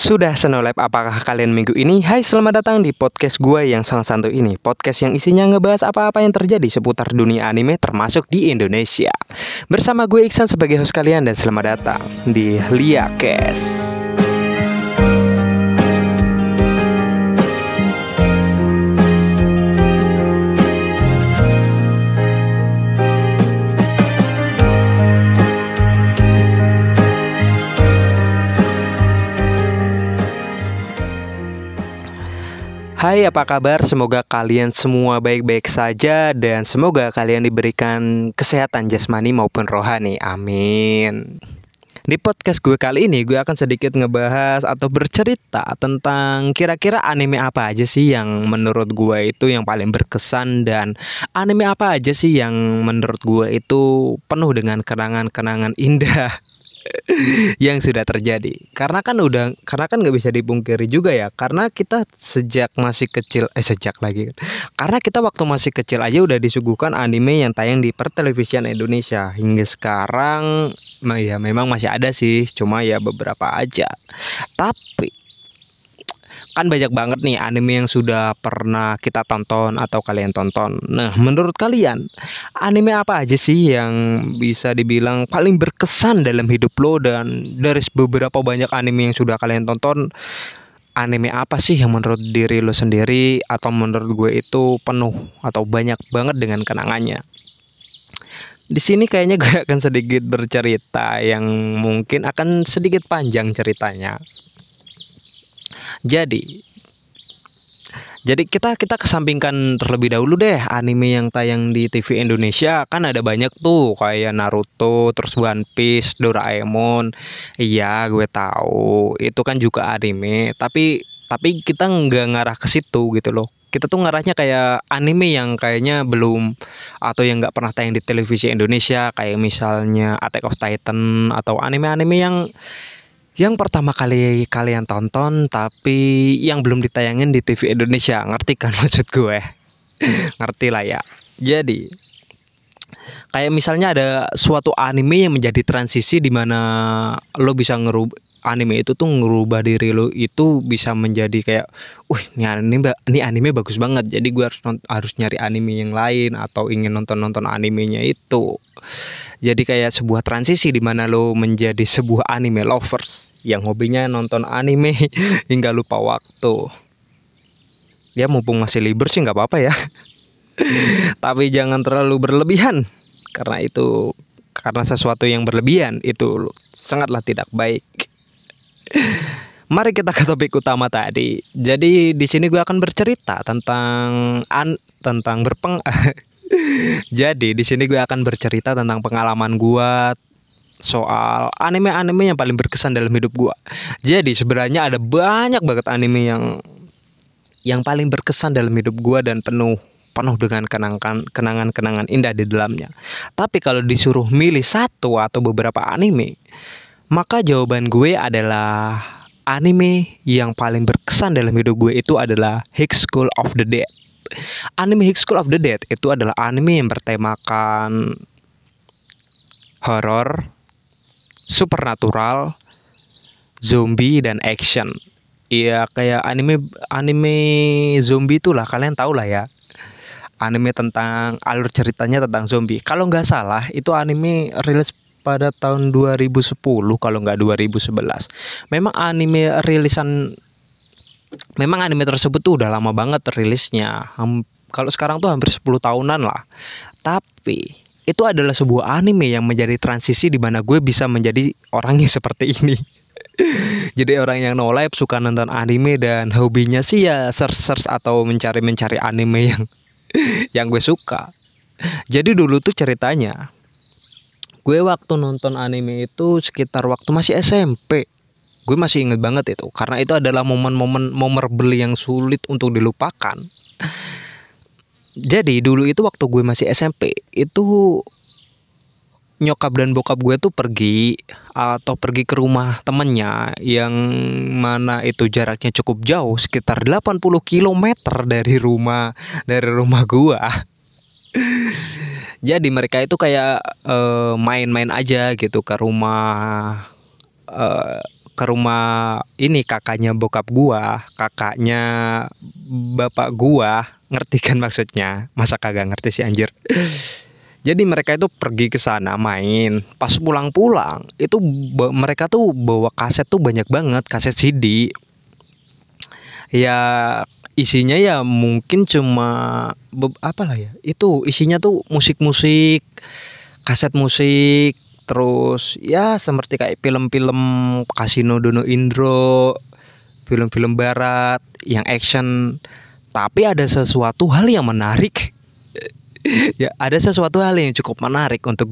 Sudah senolep apakah kalian minggu ini? Hai, selamat datang di podcast gue yang sangat santuy ini. Podcast yang isinya ngebahas apa-apa yang terjadi seputar dunia anime termasuk di Indonesia. Bersama gue Iksan sebagai host kalian dan selamat datang di Liakes. Hai, apa kabar? Semoga kalian semua baik-baik saja dan semoga kalian diberikan kesehatan jasmani maupun rohani. Amin. Di podcast gue kali ini gue akan sedikit ngebahas atau bercerita tentang kira-kira anime apa aja sih yang menurut gue itu yang paling berkesan, dan anime apa aja sih yang menurut gue itu penuh dengan kenangan-kenangan indah yang sudah terjadi. Karena kan nggak bisa dipungkiri juga ya, karena kita sejak masih kecil karena kita waktu masih kecil aja udah disuguhkan anime yang tayang di pertelevisian Indonesia hingga sekarang. Ya memang masih ada sih, cuma ya beberapa aja. Tapi kan banyak banget nih anime yang sudah pernah kita tonton atau kalian tonton. Nah, menurut kalian anime apa aja sih yang bisa dibilang paling berkesan dalam hidup lo? Dan dari beberapa banyak anime yang sudah kalian tonton, anime apa sih yang menurut diri lo sendiri atau menurut gue itu penuh atau banyak banget dengan kenangannya? Di sini kayaknya gue akan sedikit bercerita yang mungkin akan sedikit panjang ceritanya. Jadi kita kesampingkan terlebih dahulu deh anime yang tayang di TV Indonesia. Kan ada banyak tuh kayak Naruto, terus One Piece, Doraemon. Iya, gue tahu itu kan juga anime, tapi kita nggak ngarah ke situ gitu loh. Kita tuh ngarahnya kayak anime yang kayaknya belum atau yang nggak pernah tayang di televisi Indonesia, kayak misalnya Attack of Titan atau anime-anime yang pertama kali kalian tonton tapi yang belum ditayangin di TV Indonesia. Ngerti kan maksud gue? Ngerti lah ya. Jadi kayak misalnya ada suatu anime yang menjadi transisi di mana lo bisa ngerubah anime itu tuh, ngerubah diri lo itu bisa menjadi kayak, ini anime bagus banget. Jadi gue harus nyari anime yang lain atau ingin nonton animenya itu. Jadi kayak sebuah transisi di mana lo menjadi sebuah anime lovers yang hobinya nonton anime hingga lupa waktu. Ya mumpung masih libur sih nggak apa-apa ya. Tapi jangan terlalu berlebihan, karena sesuatu yang berlebihan itu sangatlah tidak baik. Mari kita ke topik utama tadi. Jadi di sini gue akan bercerita Jadi di sini gue akan bercerita tentang pengalaman gue soal anime-anime yang paling berkesan dalam hidup gue. Jadi sebenarnya ada banyak banget anime yang paling berkesan dalam hidup gue dan penuh dengan kenangan-kenangan indah di dalamnya. Tapi kalau disuruh milih satu atau beberapa anime, maka jawaban gue adalah anime yang paling berkesan dalam hidup gue itu adalah High School of the Dead. Anime High School of the Dead itu adalah anime yang bertemakan horor, supernatural, zombie, dan action. Iya, kayak anime zombie itulah, kalian tahu lah ya. Anime tentang alur ceritanya tentang zombie. Kalau nggak salah itu anime rilis pada tahun 2010 kalau nggak 2011. Memang anime tersebut tuh udah lama banget rilisnya. Kalau sekarang tuh hampir 10 tahunan lah. Tapi itu adalah sebuah anime yang menjadi transisi di mana gue bisa menjadi orang yang seperti ini. Jadi orang yang no life, suka nonton anime dan hobinya sih ya search atau mencari anime yang gue suka. Jadi dulu tuh ceritanya, gue waktu nonton anime itu sekitar waktu masih SMP. Gue masih inget banget itu, karena itu adalah momen-momen memorable yang sulit untuk dilupakan. Jadi dulu itu waktu gue masih SMP, itu nyokap dan bokap gue tuh pergi ke rumah temennya yang mana itu jaraknya cukup jauh, sekitar 80 km dari rumah gue. Jadi mereka itu kayak main-main aja gitu ke rumah ke rumah ini kakaknya bokap gua, kakaknya bapak gua, ngerti kan maksudnya? Masa kagak ngerti sih anjir. Jadi mereka itu pergi ke sana main. Pas pulang-pulang itu mereka tuh bawa kaset tuh banyak banget, kaset CD. Ya isinya ya mungkin cuma apalah ya. Itu isinya tuh musik-musik, kaset musik, terus ya seperti kayak film-film Kasino Dono Indro, film-film barat yang action. Tapi ada sesuatu hal yang menarik. Ya ada sesuatu hal yang cukup menarik untuk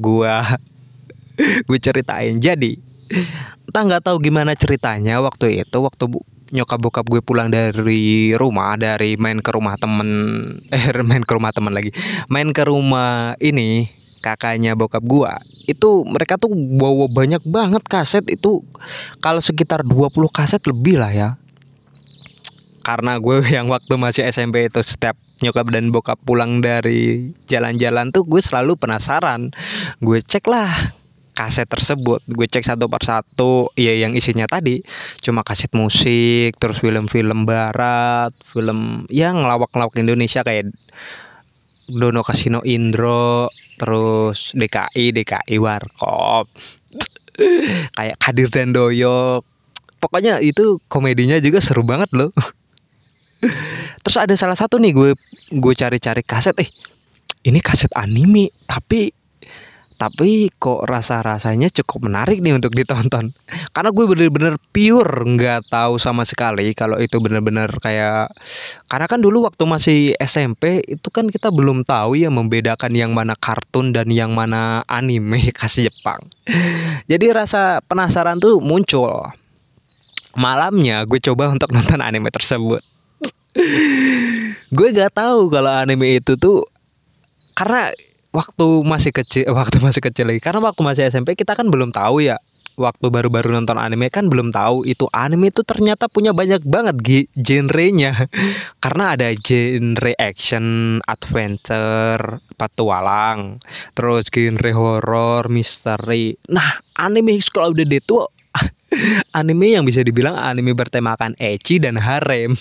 gue ceritain. Jadi entah nggak tahu gimana ceritanya waktu itu, waktu nyokap bokap gue pulang dari rumah, dari main ke rumah temen main ke rumah temen lagi, main ke rumah ini kakaknya bokap gue, itu mereka tuh bawa banyak banget kaset. Itu kalau sekitar 20 kaset lebih lah ya. Karena gue yang waktu masih SMP itu setiap nyokap dan bokap pulang dari jalan-jalan tuh gue selalu penasaran. Gue cek lah kaset tersebut, gue cek satu persatu. Ya yang isinya tadi cuma kaset musik, terus film-film barat, film yang ngelawak-ngelawak Indonesia kayak Dono Kasino Indro, terus DKI Warkop, kayak Kadir dan Doyok. Pokoknya itu komedinya juga seru banget loh. Terus ada salah satu nih gue cari-cari kaset, ini kaset anime tapi kok rasanya cukup menarik nih untuk ditonton. Karena gue bener-bener pure nggak tahu sama sekali kalau itu bener-bener kayak, karena kan dulu waktu masih SMP itu kan kita belum tahu ya membedakan yang mana kartun dan yang mana anime khas Jepang. Jadi rasa penasaran tuh muncul. Malamnya gue coba untuk nonton anime tersebut. Gue gak tahu kalau anime itu tuh, karena waktu masih kecil lagi, karena waktu masih SMP kita kan belum tahu ya. Waktu baru-baru nonton anime kan belum tahu itu anime itu ternyata punya banyak banget genrenya. Karena ada genre action, adventure, petualang, terus genre horror, misteri. Nah, anime School of the Dead tuh anime yang bisa dibilang anime bertemakan ecchi dan harem.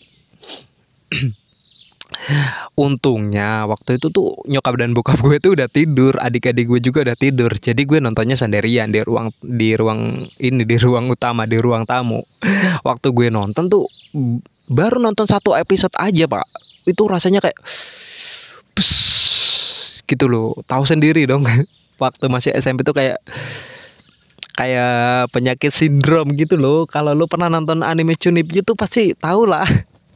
Untungnya waktu itu tuh nyokap dan bokap gue tuh udah tidur, adik-adik gue juga udah tidur. Jadi gue nontonnya sendirian di ruang utama, di ruang tamu. Waktu gue nonton tuh baru nonton satu episode aja, Pak. Itu rasanya kayak gitu loh. Tahu sendiri dong. Waktu masih SMP tuh kayak penyakit sindrom gitu loh. Kalau lo pernah nonton anime Chunibyo tuh pasti tahu lah.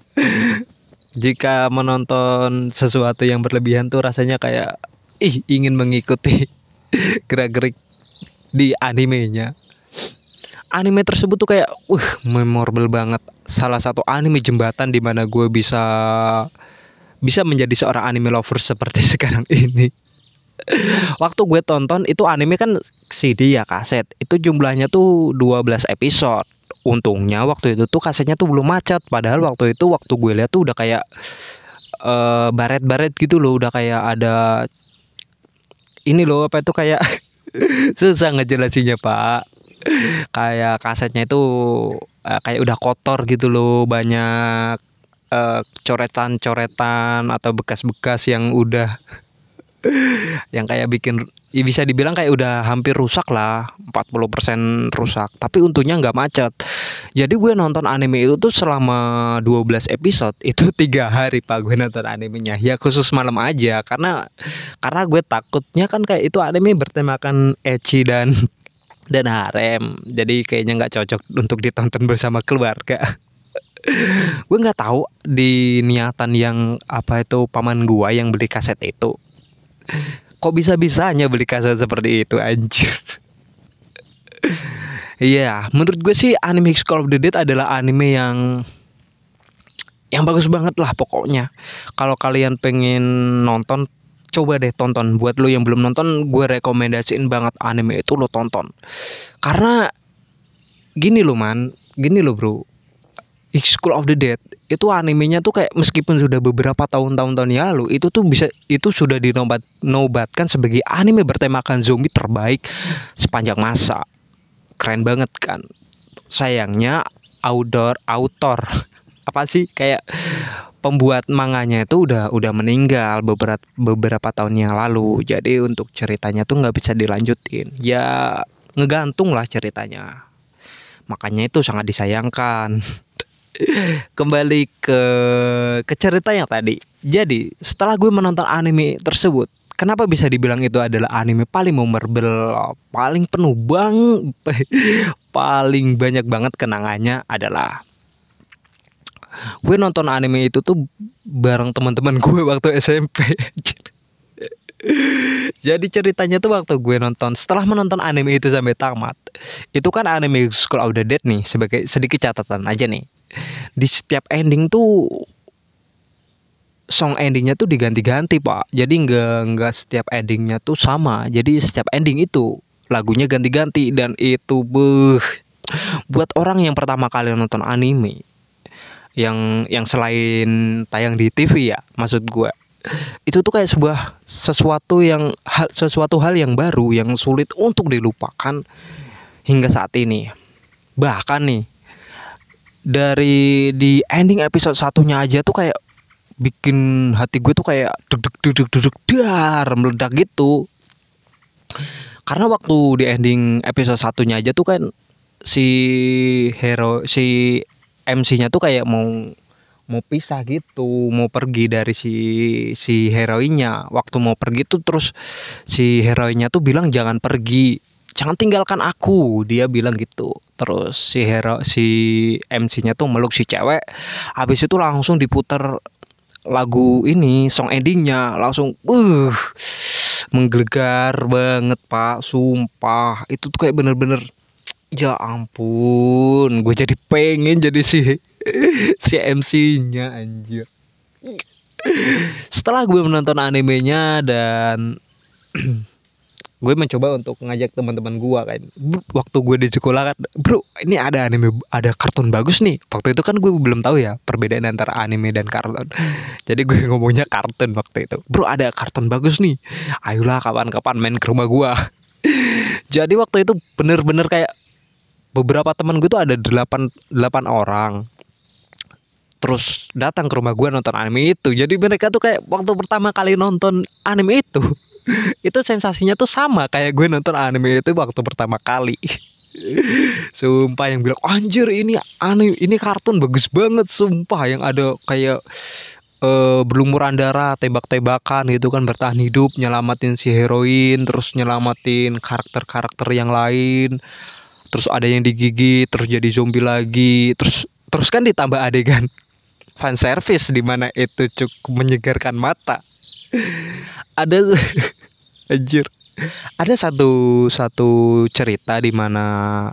Jika menonton sesuatu yang berlebihan tuh rasanya kayak ingin mengikuti gerak-gerik di animenya. Anime tersebut tuh kayak memorable banget. Salah satu anime jembatan di mana gue bisa menjadi seorang anime lover seperti sekarang ini. Waktu gue tonton itu anime kan CD ya, kaset. Itu jumlahnya tuh 12 episode. Untungnya waktu itu tuh kasetnya tuh belum macet. Padahal waktu gue lihat tuh udah kayak baret-baret gitu loh. Udah kayak ada ini loh, apa itu kayak susah ngejelasinnya, Pak. Kayak kasetnya itu kayak udah kotor gitu loh. Banyak coretan-coretan atau bekas-bekas yang udah yang kayak bikin, bisa dibilang kayak udah hampir rusak lah, 40% rusak. Tapi untungnya nggak macet. Jadi gue nonton anime itu tuh selama 12 episode. Itu 3 hari, Pak, gue nonton animenya. Ya khusus malam aja. Karena gue takutnya kan kayak itu anime bertemakan ecchi dan harem. Jadi kayaknya nggak cocok untuk ditonton bersama keluarga. Gue nggak tahu di niatan yang apa itu paman gua yang beli kaset itu. Kok bisa-bisanya beli kaset seperti itu, anjir. Iya, menurut gue sih anime School of the Dead adalah anime yang bagus banget lah pokoknya. Kalau kalian pengen nonton, coba deh tonton. Buat lo yang belum nonton, gue rekomendasiin banget anime itu lo tonton. Karena gini lo bro, School of the Dead itu animenya tuh kayak meskipun sudah beberapa tahun yang lalu, itu sudah dinobatkan sebagai anime bertemakan zombie terbaik sepanjang masa. Keren banget kan. sayangnya autor apa sih, kayak pembuat manganya itu udah meninggal beberapa tahun yang lalu. Jadi untuk ceritanya tuh nggak bisa dilanjutin. Ya ngegantung lah ceritanya. Makanya itu sangat disayangkan. Kembali ke cerita yang tadi. Jadi setelah gue menonton anime tersebut, kenapa bisa dibilang itu adalah anime paling memorable, paling penuh paling banyak banget kenangannya adalah gue nonton anime itu tuh bareng teman-teman gue waktu SMP. Jadi ceritanya tuh waktu gue nonton, setelah menonton anime itu sampai tamat, itu kan anime School of the Dead nih, sebagai sedikit catatan aja nih. Di setiap ending tuh song endingnya tuh diganti-ganti pak. Jadi nggak setiap endingnya tuh sama. Jadi setiap ending itu lagunya ganti-ganti, dan itu buat orang yang pertama kali nonton anime yang selain tayang di TV ya, maksud gue, itu tuh kayak sesuatu hal yang baru, yang sulit untuk dilupakan hingga saat ini. Bahkan nih dari di ending episode satunya aja tuh kayak bikin hati gue tuh kayak deg dar meledak gitu. Karena waktu di ending episode satunya aja tuh kan si MC-nya tuh kayak mau pisah gitu, mau pergi dari si heroinnya. Waktu mau pergi tuh terus si heroinnya tuh bilang jangan pergi, jangan tinggalkan aku, dia bilang gitu. Terus si MC-nya tuh meluk si cewek. Habis itu langsung diputar lagu ini, song endingnya langsung menggelegar banget pak, sumpah. Itu tuh kayak bener-bener, ya ampun, gue jadi pengen jadi si MC-nya anjir. Setelah gue menonton animenya dan gue mencoba untuk ngajak teman-teman gue kan, waktu gue di sekolah kan, bro ini ada anime, ada kartun bagus nih. Waktu itu kan gue belum tahu ya perbedaan antara anime dan kartun. Jadi gue ngomongnya kartun waktu itu. Bro ada kartun bagus nih, ayolah kapan-kapan main ke rumah gue. Jadi waktu itu bener-bener kayak beberapa teman gue tuh ada 8 orang. Terus datang ke rumah gue nonton anime itu. Jadi mereka tuh kayak waktu pertama kali nonton anime itu itu sensasinya tuh sama kayak gue nonton anime itu waktu pertama kali. Sumpah, yang bilang anjir ini anime, ini kartun bagus banget sumpah, yang ada kayak berlumuran darah, tembak-tembakan gitu kan, bertahan hidup, nyelamatin si heroin, terus nyelamatin karakter-karakter yang lain. Terus ada yang digigit, terus jadi zombie lagi, terus kan ditambah adegan fan service di mana itu cukup menyegarkan mata. Ada anjir, ada satu cerita di mana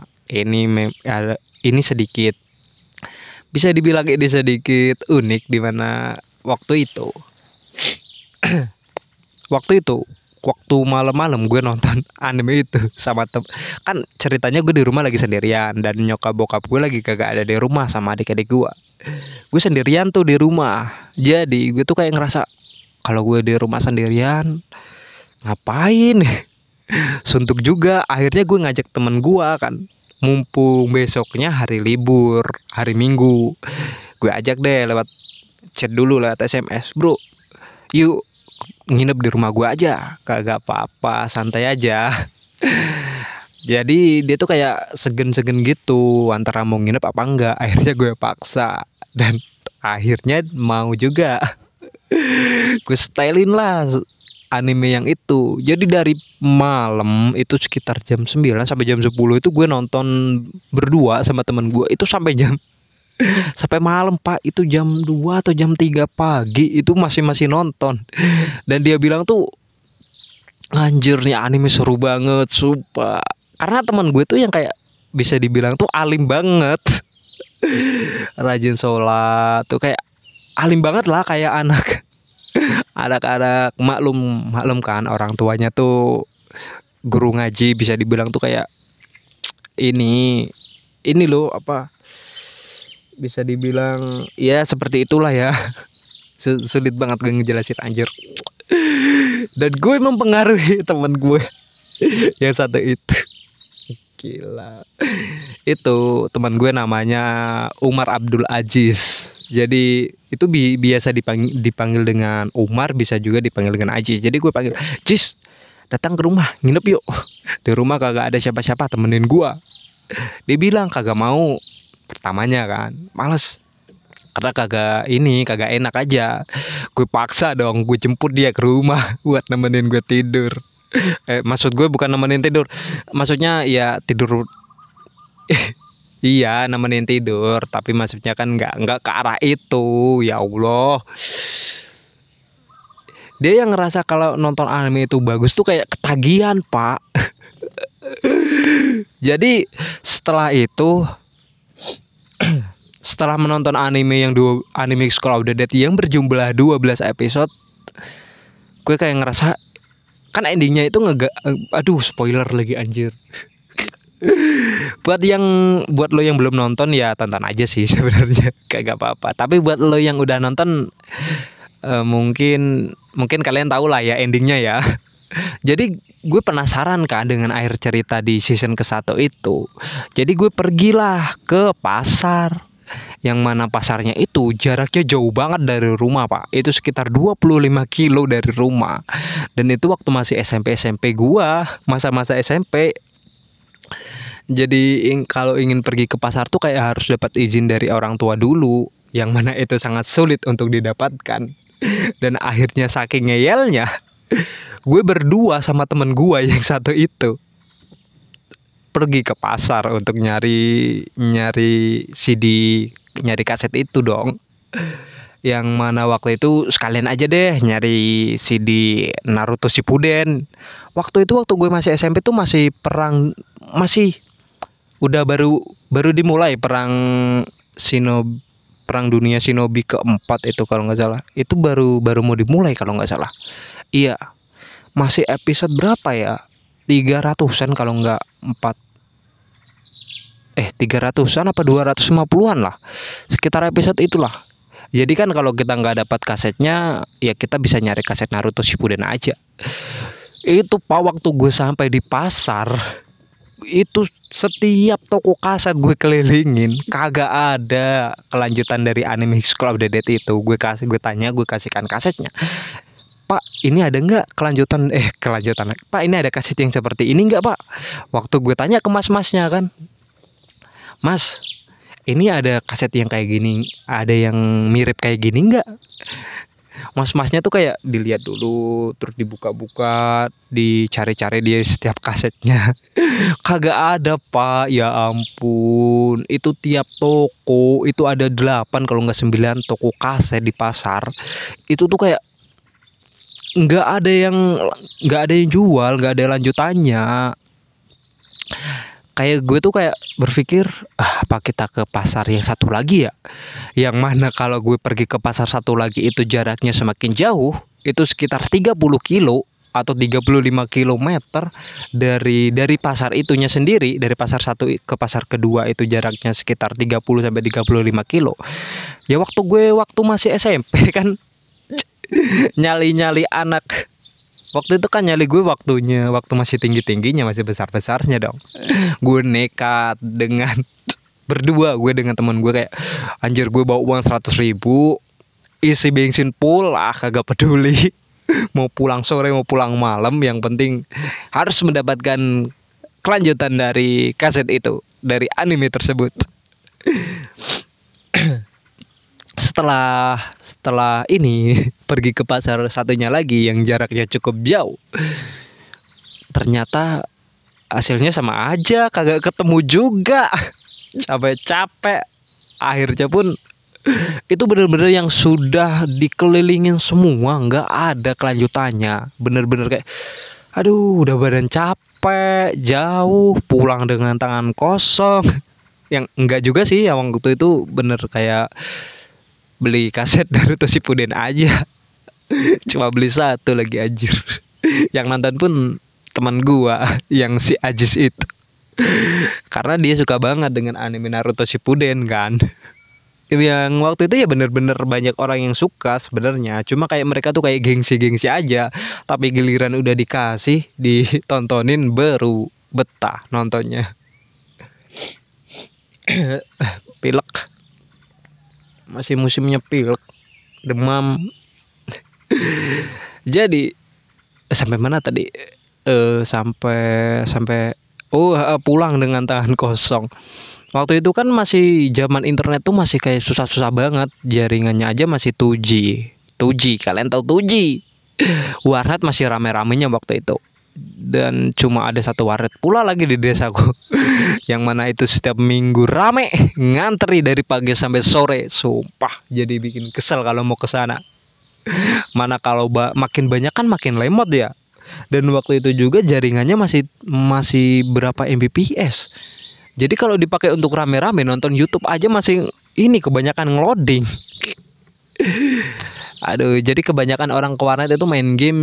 ini sedikit bisa dibilang ini sedikit unik, di mana waktu itu waktu malam-malam gue nonton anime itu sama kan ceritanya gue di rumah lagi sendirian, dan nyokap bokap gue lagi kagak ada di rumah sama adik-adik gue sendirian tuh di rumah. Jadi gue tuh kayak ngerasa kalau gue di rumah sendirian ngapain, suntuk juga. Akhirnya gue ngajak temen gue kan, mumpung besoknya hari libur, hari Minggu, gue ajak deh lewat chat dulu, lewat SMS, bro yuk nginep di rumah gue aja, kagak apa-apa, santai aja. Jadi dia tuh kayak segen-segen gitu antara mau nginep apa enggak. Akhirnya gue paksa, dan akhirnya mau juga. Gue stylein lah anime yang itu. Jadi dari malam itu sekitar jam 9 sampai jam 10 itu gue nonton berdua sama temen gue. Itu sampai malam pak, itu jam 2 atau jam 3 pagi itu masih nonton. Dan dia bilang tuh anjir nih anime seru banget sumpah. Karena teman gue tuh yang kayak bisa dibilang tuh alim banget. Rajin sholat tuh, kayak alim banget lah, kayak anak-anak maklum kan, orang tuanya tuh guru ngaji, bisa dibilang tuh kayak ini loh apa, bisa dibilang ya seperti itulah ya. Sulit banget gue ngejelasin anjir. Dan gue mempengaruhi teman gue yang satu itu. Gila. Itu teman gue namanya Umar Abdul Aziz. Jadi itu biasa dipanggil dengan Umar, bisa juga dipanggil dengan Aziz. Jadi gue panggil, "Cis, datang ke rumah, nginep yuk." Di rumah kagak ada siapa-siapa, temenin gue. Dia bilang kagak mau. Pertamanya kan, males. Karena kagak enak aja. Gue paksa dong, gue jemput dia ke rumah buat nemenin gue tidur. Maksud gue bukan nemenin tidur, maksudnya ya tidur. Iya, nemenin tidur, tapi maksudnya kan nggak ke arah itu. Ya Allah, dia yang ngerasa kalau nonton anime itu bagus tuh kayak ketagihan, Pak. Jadi setelah itu, setelah menonton anime anime School of the Dead yang berjumlah 12 episode, gue kayak ngerasa kan endingnya itu aduh, spoiler lagi anjir. Buat lo yang belum nonton ya tonton aja sih sebenarnya, kagak apa-apa. Tapi buat lo yang udah nonton, mungkin kalian tahu lah ya endingnya ya. Jadi gue penasaran kan dengan akhir cerita di season ke-1 itu. Jadi gue pergilah ke pasar, yang mana pasarnya itu jaraknya jauh banget dari rumah, Pak. Itu sekitar 25 kilo dari rumah. Dan itu waktu masih SMP gua, masa-masa SMP. Jadi kalau ingin pergi ke pasar tuh kayak harus dapat izin dari orang tua dulu, yang mana itu sangat sulit untuk didapatkan. Dan akhirnya saking ngeyelnya, gue berdua sama temen gue yang satu itu pergi ke pasar untuk nyari CD, nyari kaset itu dong. Yang mana waktu itu sekalian aja deh nyari CD Naruto Shippuden. Waktu gue masih SMP tuh masih udah baru dimulai perang dunia Shinobi keempat itu kalau nggak salah. Itu baru mau dimulai kalau nggak salah. Iya, masih episode berapa ya? 300-an kalau nggak 300-an apa 250-an lah, sekitar episode itulah. Jadi kan kalau kita nggak dapat kasetnya, ya kita bisa nyari kaset Naruto Shippuden aja. Itu Pak, waktu gue sampai di pasar itu setiap toko kaset gue kelilingin, kagak ada kelanjutan dari anime School of the Dead itu. Gue kasihkan kasetnya. "Pak, ini ada nggak kelanjutan? Pak, ini ada kaset yang seperti ini nggak, Pak?" Waktu gue tanya ke mas-masnya kan, "Mas, ini ada kaset yang kayak gini, ada yang mirip kayak gini nggak?" Mas-masnya tuh kayak dilihat dulu, terus dibuka-buka, dicari-cari dia setiap kasetnya. Kagak ada, Pak. Ya ampun, itu tiap toko itu ada 8 kalau nggak 9 toko kaset di pasar. Itu tuh kayak nggak ada yang jual, nggak ada lanjutannya. Kayak gue tuh kayak berpikir, apa kita ke pasar yang satu lagi ya? Yang mana kalau gue pergi ke pasar satu lagi itu jaraknya semakin jauh, itu sekitar 30 kilo atau 35 kilometer dari pasar itunya sendiri. Dari pasar satu ke pasar kedua itu jaraknya sekitar 30 sampai 35 kilo. Ya waktu masih SMP kan, nyali-nyali anak. Waktu itu kan nyali gue waktu masih tingginya, masih besarnya dong. Gue nekat berdua gue dengan teman gue, kayak anjir, gue bawa uang 100.000, isi bensin full lah, kagak peduli. Mau pulang sore mau pulang malam, yang penting harus mendapatkan kelanjutan dari kaset itu, dari anime tersebut. Setelah ini pergi ke pasar satunya lagi yang jaraknya cukup jauh, ternyata hasilnya sama aja, kagak ketemu juga. Capek-capek, akhirnya pun itu bener-bener yang sudah dikelilingin semua, nggak ada kelanjutannya. Bener-bener kayak aduh, udah badan capek, jauh, pulang dengan tangan kosong. Yang enggak juga sih, yang waktu itu bener kayak beli kaset Naruto Shippuden aja. Cuma beli satu lagi, anjir. Yang nonton pun teman gua yang si Ajis itu. Karena dia suka banget dengan anime Naruto Shippuden kan. Yang waktu itu ya bener-bener banyak orang yang suka sebenarnya. Cuma kayak mereka tuh kayak gengsi-gengsi aja. Tapi giliran udah dikasih, ditontonin, baru betah nontonnya. Pilek, masih musimnya pilek, demam. Jadi sampai mana tadi? Sampai pulang dengan tangan kosong. Waktu itu kan masih zaman internet tuh masih kayak susah-susah banget. Jaringannya aja masih 2G. 2G, kalian tahu 2G? Warnet masih rame-ramenya waktu itu. Dan cuma ada satu warnet pula lagi di desaku. Yang mana itu setiap minggu rame, ngantri dari pagi sampai sore. Sumpah, jadi bikin kesel kalau mau ke sana. Mana kalau makin banyak kan makin lemot ya. Dan waktu itu juga jaringannya masih berapa Mbps. Jadi kalau dipakai untuk rame-rame nonton YouTube aja masih ini kebanyakan ngeloading. Aduh, jadi kebanyakan orang ke warnet itu main game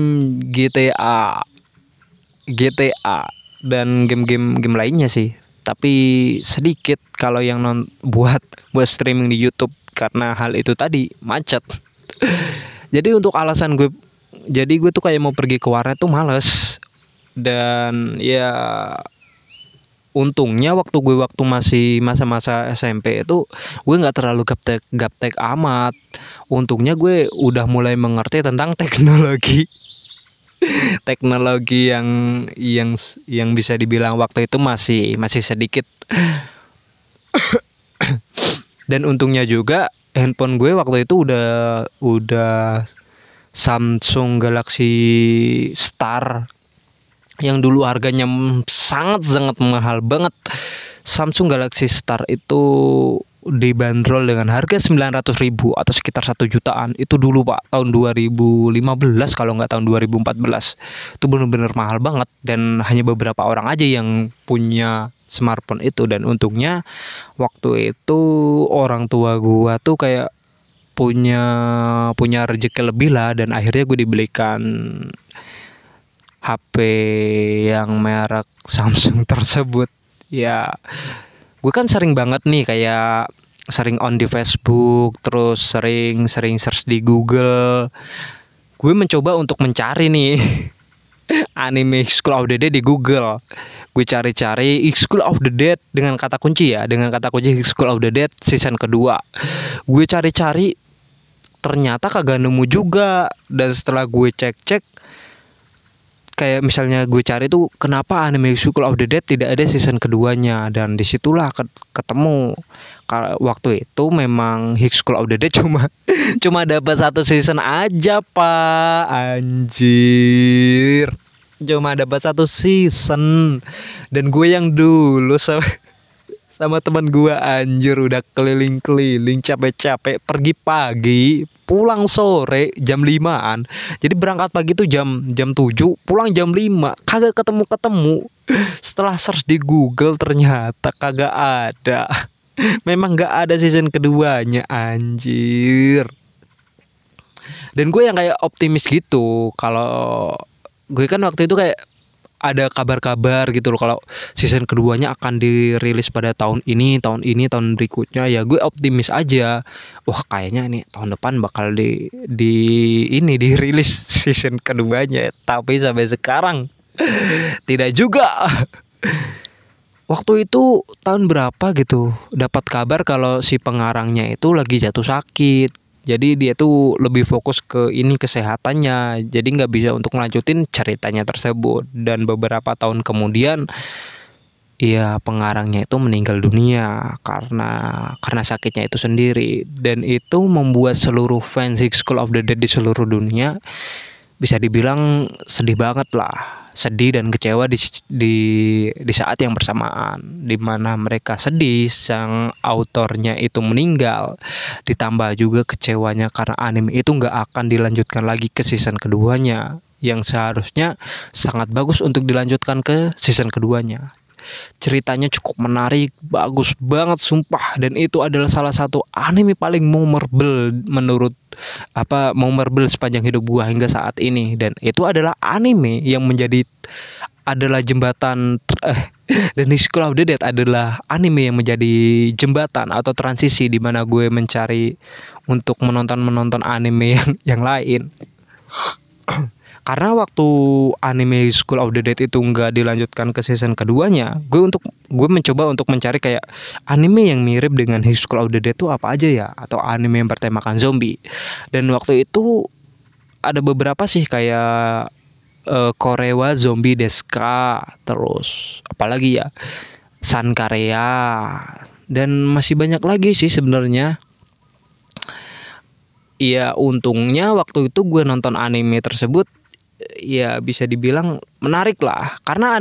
GTA dan game lainnya sih. Tapi sedikit kalau yang buat streaming di YouTube karena hal itu tadi macet. Jadi untuk alasan gue, jadi gue tuh kayak mau pergi ke warnet tuh males. Dan ya untungnya waktu masih masa-masa SMP itu gue nggak terlalu gaptek amat. Untungnya gue udah mulai mengerti tentang teknologi. Teknologi yang bisa dibilang waktu itu masih sedikit. Dan untungnya juga handphone gue waktu itu udah Samsung Galaxy Star yang dulu harganya sangat mahal banget. Samsung Galaxy Star itu dibanderol dengan harga 900.000 atau sekitar 1 jutaan. Itu dulu Pak, tahun 2015 kalau nggak tahun 2014. Itu benar-benar mahal banget dan hanya beberapa orang aja yang punya smartphone itu. Dan untungnya waktu itu orang tua gua tuh kayak punya rezeki lebih lah, dan akhirnya gue dibelikan HP yang merek Samsung tersebut. Ya, gue kan sering banget nih kayak sering on di Facebook, terus sering search di Google. Gue mencoba untuk mencari nih anime School of the Dead di Google. Gue cari-cari School of the Dead dengan kata kunci School of the Dead season kedua. Gue cari-cari ternyata kagak nemu juga. Dan setelah gue cek kayak misalnya gue cari tuh kenapa anime School of the Dead tidak ada season keduanya, dan disitulah ketemu waktu itu memang School of the Dead cuma dapat 1 season aja Pak, anjir, cuma dapat 1 season. Dan gue yang dulu sama teman gue anjir udah keliling-keliling capek-capek, pergi pagi pulang sore jam 5-an. Jadi berangkat pagi tuh jam 7, pulang jam 5, kagak ketemu. Setelah search di Google ternyata kagak ada. Memang gak ada season keduanya, anjir. Dan gue yang kayak optimis gitu, kalau gue kan waktu itu kayak ada kabar-kabar gitu loh kalau season keduanya akan dirilis pada tahun tahun berikutnya. Ya gue optimis aja, wah kayaknya nih tahun depan bakal dirilis season keduanya. Tapi sampai sekarang tidak juga. Waktu itu tahun berapa gitu dapat kabar kalau si pengarangnya itu lagi jatuh sakit. Jadi dia tuh lebih fokus ke kesehatannya, jadi nggak bisa untuk melanjutin ceritanya tersebut. Dan beberapa tahun kemudian, ya pengarangnya itu meninggal dunia karena sakitnya itu sendiri. Dan itu membuat seluruh fans School of the Dead di seluruh dunia bisa dibilang sedih banget lah. Sedih dan kecewa di saat yang bersamaan, di mana mereka sedih sang autornya itu meninggal, ditambah juga kecewanya karena anime itu nggak akan dilanjutkan lagi ke season keduanya, yang seharusnya sangat bagus untuk dilanjutkan ke season keduanya. Ceritanya cukup menarik, bagus banget sumpah, dan itu adalah salah satu anime paling memorable memorable sepanjang hidup gua hingga saat ini. Dan itu adalah anime yang adalah jembatan dan School of the Dead adalah anime yang menjadi jembatan atau transisi di mana gue mencari untuk menonton anime yang lain. Karena waktu anime School of the Dead itu nggak dilanjutkan ke season keduanya, gue mencoba untuk mencari kayak anime yang mirip dengan High School of the Dead itu apa aja ya, atau anime yang bertemakan zombie. Dan waktu itu ada beberapa sih kayak Korewa Zombie Deska, terus apalagi ya, Sankarea, dan masih banyak lagi sih sebenarnya. Ya untungnya waktu itu gue nonton anime tersebut ya bisa dibilang menarik lah, karena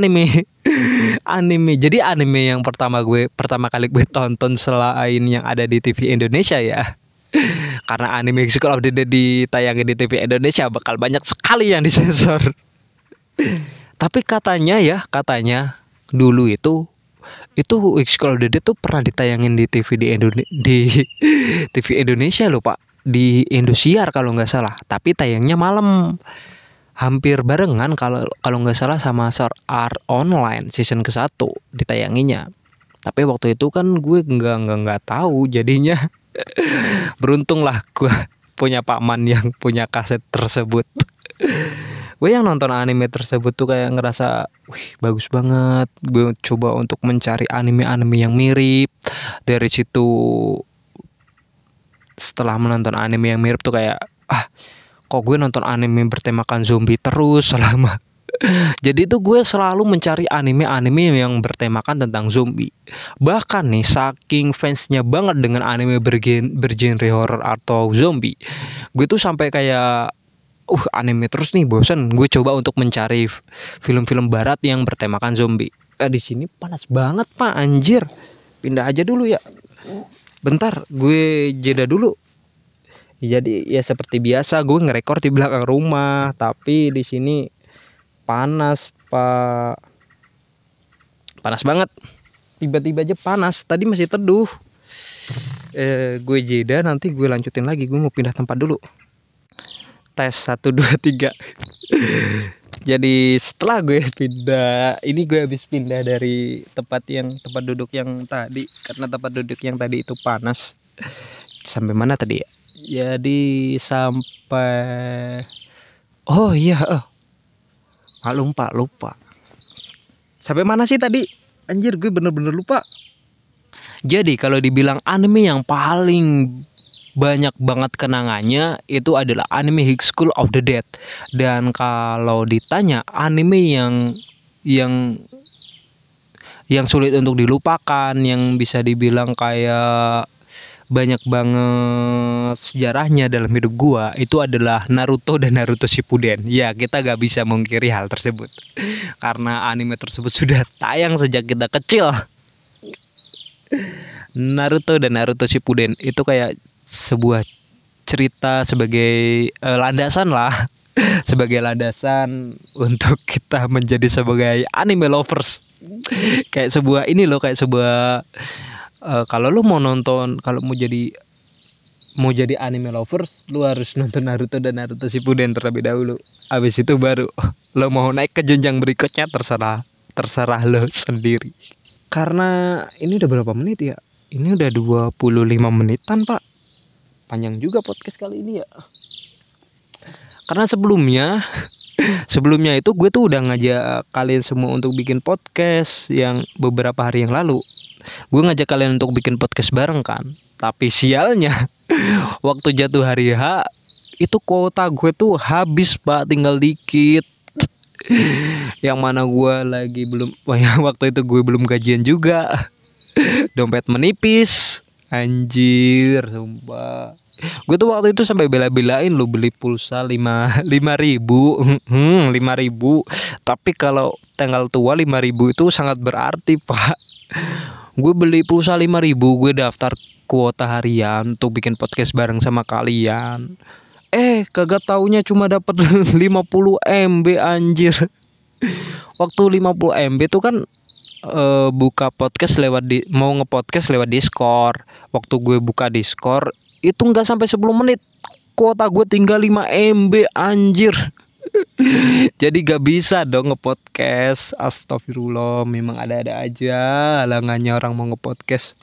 jadi anime yang pertama kali gue tonton selain yang ada di TV Indonesia ya. Karena anime School of the Dead ditayangin di TV Indonesia bakal banyak sekali yang disensor. Tapi katanya dulu itu School of the Dead tuh pernah ditayangin di TV di TV Indonesia loh Pak, di Indosiar kalau nggak salah. Tapi tayangnya malam, hampir barengan kalau nggak salah sama Sword Art Online season ke-1 ditayanginya. Tapi waktu itu kan gue nggak tahu jadinya. Beruntung lah gue punya paman yang punya kaset tersebut. Gue yang nonton anime tersebut tuh kayak ngerasa, wih bagus banget. Gue coba untuk mencari anime-anime yang mirip. Dari situ setelah menonton anime yang mirip tuh kayak, kok gue nonton anime bertemakan zombie terus selama. Jadi itu gue selalu mencari anime-anime yang bertemakan tentang zombie. Bahkan nih saking fansnya banget dengan anime bergenre horror atau zombie, gue tuh sampai kayak anime terus nih, bosan. Gue coba untuk mencari film-film barat yang bertemakan zombie. Di sini panas banget Pak, anjir. Pindah aja dulu ya. Bentar, gue jeda dulu. Jadi ya seperti biasa gue ngerekord di belakang rumah, tapi di sini panas Pak. Panas banget. Tiba-tiba aja panas. Tadi masih teduh. Gue jeda, nanti gue lanjutin lagi. Gue mau pindah tempat dulu. Tes 1 2 3. Jadi setelah gue pindah, ini gue habis pindah dari tempat duduk yang tadi, karena tempat duduk yang tadi itu panas. Sampai mana tadi ya? Jadi sampai lupa. Sampai mana sih tadi? Anjir, gue bener-bener lupa. Jadi kalau dibilang anime yang paling banyak banget kenangannya itu adalah anime High School of the Dead. Dan kalau ditanya anime yang sulit untuk dilupakan, yang bisa dibilang kayak banyak banget sejarahnya dalam hidup gua, itu adalah Naruto dan Naruto Shippuden. Ya, kita gak bisa mengkiri hal tersebut karena anime tersebut sudah tayang sejak kita kecil. Naruto dan Naruto Shippuden itu kayak sebuah cerita sebagai landasan lah. Sebagai landasan untuk kita menjadi sebagai anime lovers. Kayak sebuah kalau lu mau jadi anime lovers, lu harus nonton Naruto dan Naruto Shippuden terlebih dahulu. Habis itu baru lo mau naik ke jenjang berikutnya, terserah lo sendiri. Karena ini udah berapa menit ya? Ini udah 25 menitan Pak. Panjang juga podcast kali ini ya. Karena sebelumnya itu gue tuh udah ngajak kalian semua untuk bikin podcast yang beberapa hari yang lalu. Gue ngajak kalian untuk bikin podcast bareng kan. Tapi sialnya waktu jatuh hari H itu kuota gue tuh habis Pak, tinggal dikit. Yang mana gue lagi waktu itu gue belum gajian juga. Dompet menipis. Anjir, sumpah. Gue tuh waktu itu sampai bela-belain lo beli pulsa 5.000. Tapi kalau tanggal tua 5.000 itu sangat berarti Pak. Gue beli pulsa 5.000, gue daftar kuota harian untuk bikin podcast bareng sama kalian. Kagak taunya cuma dapat 50 MB anjir. Waktu 50 MB tuh kan buka podcast mau ngepodcast lewat Discord. Waktu gue buka Discord itu nggak sampai 10 menit kuota gue tinggal 5 MB anjir. Jadi gak bisa dong ngepodcast. Astagfirullah, memang ada-ada aja halangannya orang mau ngepodcast.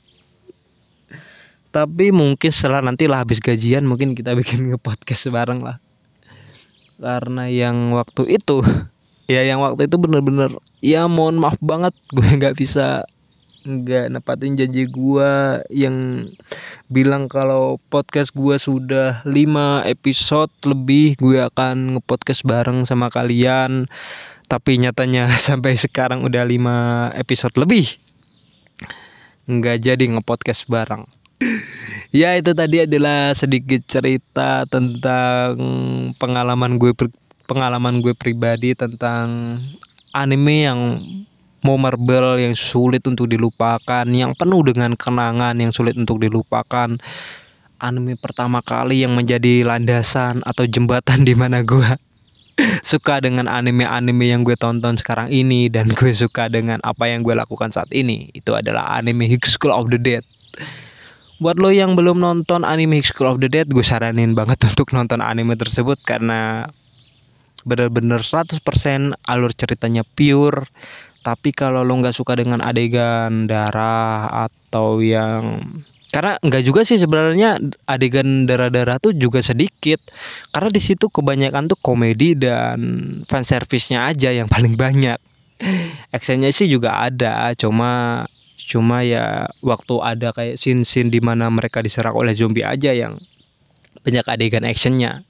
Tapi mungkin setelah nanti lah habis gajian, mungkin kita bikin ngepodcast bareng lah. Karena yang waktu itu ya yang waktu itu bener-bener ya mohon maaf banget gue nggak nepatin janji gue yang bilang kalau podcast gue sudah 5 episode lebih gue akan ngepodcast bareng sama kalian. Tapi nyatanya sampai sekarang udah 5 episode lebih nggak jadi ngepodcast bareng. Ya itu tadi adalah sedikit cerita tentang pengalaman gue pribadi tentang anime yang memorable, yang sulit untuk dilupakan, yang penuh dengan kenangan yang sulit untuk dilupakan. Anime pertama kali yang menjadi landasan atau jembatan di mana gue suka dengan anime-anime yang gue tonton sekarang ini, dan gue suka dengan apa yang gue lakukan saat ini. Itu adalah anime High School of the Dead. Buat lo yang belum nonton anime High School of the Dead, gue saranin banget untuk nonton anime tersebut karena bener-bener 100% alur ceritanya pure. Tapi kalau lo nggak suka dengan adegan darah atau yang, karena nggak juga sih sebenarnya adegan darah-darah tuh juga sedikit, karena di situ kebanyakan tuh komedi dan fan service-nya aja yang paling banyak. Actionnya sih juga ada, cuma ya waktu ada kayak scene-scene di mana mereka diserang oleh zombie aja yang banyak adegan actionnya.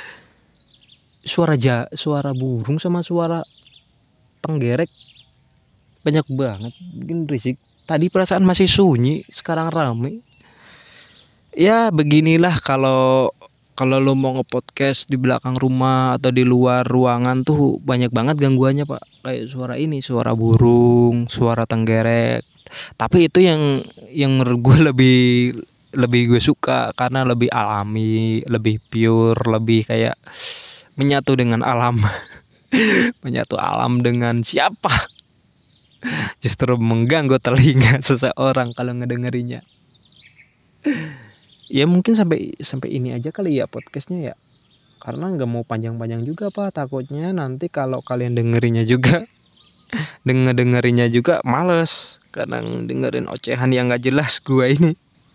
Suara burung sama suara tenggerek banyak banget, bikin risik. Tadi perasaan masih sunyi, sekarang rame. Ya beginilah kalau lo mau nge-podcast di belakang rumah atau di luar ruangan tuh banyak banget gangguannya, Pak. Kayak suara ini, suara burung, suara tenggerek. Tapi itu yang menurut gue lebih gue suka karena lebih alami, lebih pure, lebih kayak menyatu dengan alam. Menyatu alam dengan siapa? Justru mengganggu telinga seseorang kalau ngedengerinnya. Ya mungkin sampai ini aja kali ya podcastnya ya, karena nggak mau panjang-panjang juga Pak, takutnya nanti kalau kalian dengerinnya juga males karena dengerin ocehan yang nggak jelas gua ini.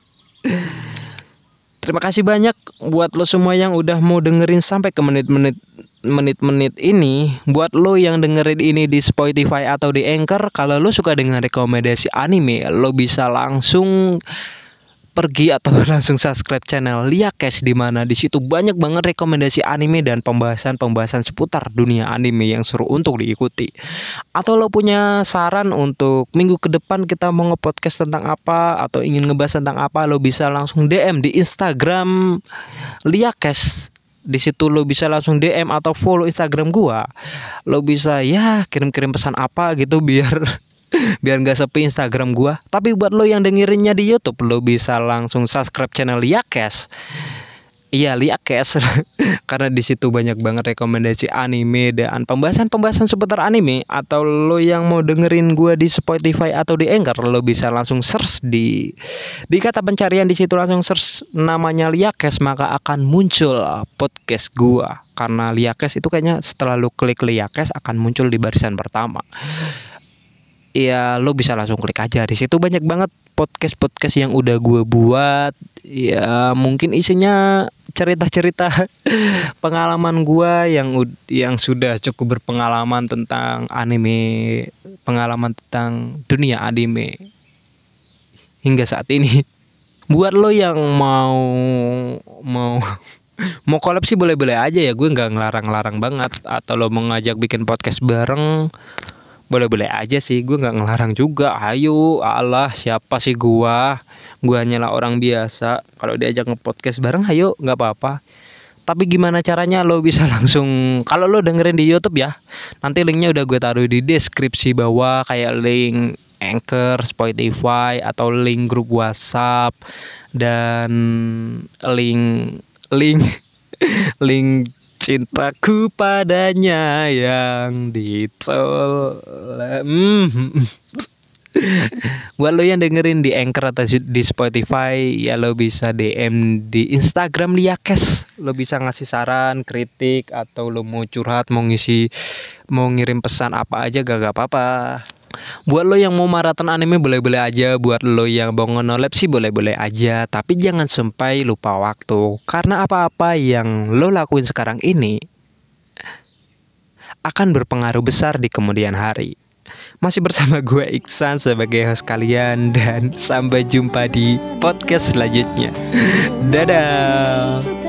Terima kasih banyak buat lo semua yang udah mau dengerin sampai ke menit-menit ini. Buat lo yang dengerin ini di Spotify atau di Anchor, kalau lo suka dengan rekomendasi anime, lo bisa langsung pergi atau langsung subscribe channel Liakes, di mana di situ banyak banget rekomendasi anime dan pembahasan seputar dunia anime yang seru untuk diikuti. Atau lo punya saran untuk minggu ke depan kita mau nge-podcast tentang apa atau ingin ngebahas tentang apa, lo bisa langsung DM di Instagram Liakes. Di situ lo bisa langsung DM atau follow Instagram gua. Lo bisa ya kirim-kirim pesan apa gitu biar nggak sepi Instagram gua. Tapi buat lo yang dengerinnya di YouTube, lo bisa langsung subscribe channel Liakes. Iya, Liakes. Karena di situ banyak banget rekomendasi anime dan pembahasan seputar anime. Atau lo yang mau dengerin gua di Spotify atau di Anchor, lo bisa langsung search di kata pencarian, di situ langsung search namanya Liakes, maka akan muncul podcast gua. Karena Liakes itu kayaknya setelah lo klik Liakes akan muncul di barisan pertama. Ya lo bisa langsung klik aja, di situ banyak banget podcast yang udah gue buat. Ya mungkin isinya cerita-cerita pengalaman gue yang sudah cukup berpengalaman tentang anime, pengalaman tentang dunia anime hingga saat ini. Buat lo yang mau collab sih boleh-boleh aja ya, gue nggak ngelarang-larang banget. Atau lo mau ngajak bikin podcast bareng, boleh-boleh aja sih, gue nggak ngelarang juga. Ayo, alah siapa sih gue hanyalah orang biasa. Kalau diajak nge-podcast bareng, ayo, nggak apa-apa. Tapi gimana caranya? Lo bisa langsung, kalau lo dengerin di YouTube ya, nanti linknya udah gue taruh di deskripsi bawah, kayak link Anchor, Spotify, atau link grup WhatsApp, dan link cintaku padanya yang ditolak. Buat lo yang dengerin di Anchor atau di Spotify, ya lo bisa DM di Instagram Liakes. Lo bisa ngasih saran, kritik, atau lo mau curhat, mau ngirim pesan apa aja gak apa-apa. Buat lo yang mau maraton anime boleh-boleh aja. Buat lo yang mau nge-nolep sih boleh-boleh aja. Tapi jangan sampai lupa waktu, karena apa-apa yang lo lakuin sekarang ini akan berpengaruh besar di kemudian hari. Masih bersama gue Iksan sebagai host kalian, dan sampai jumpa di podcast selanjutnya. Dadah.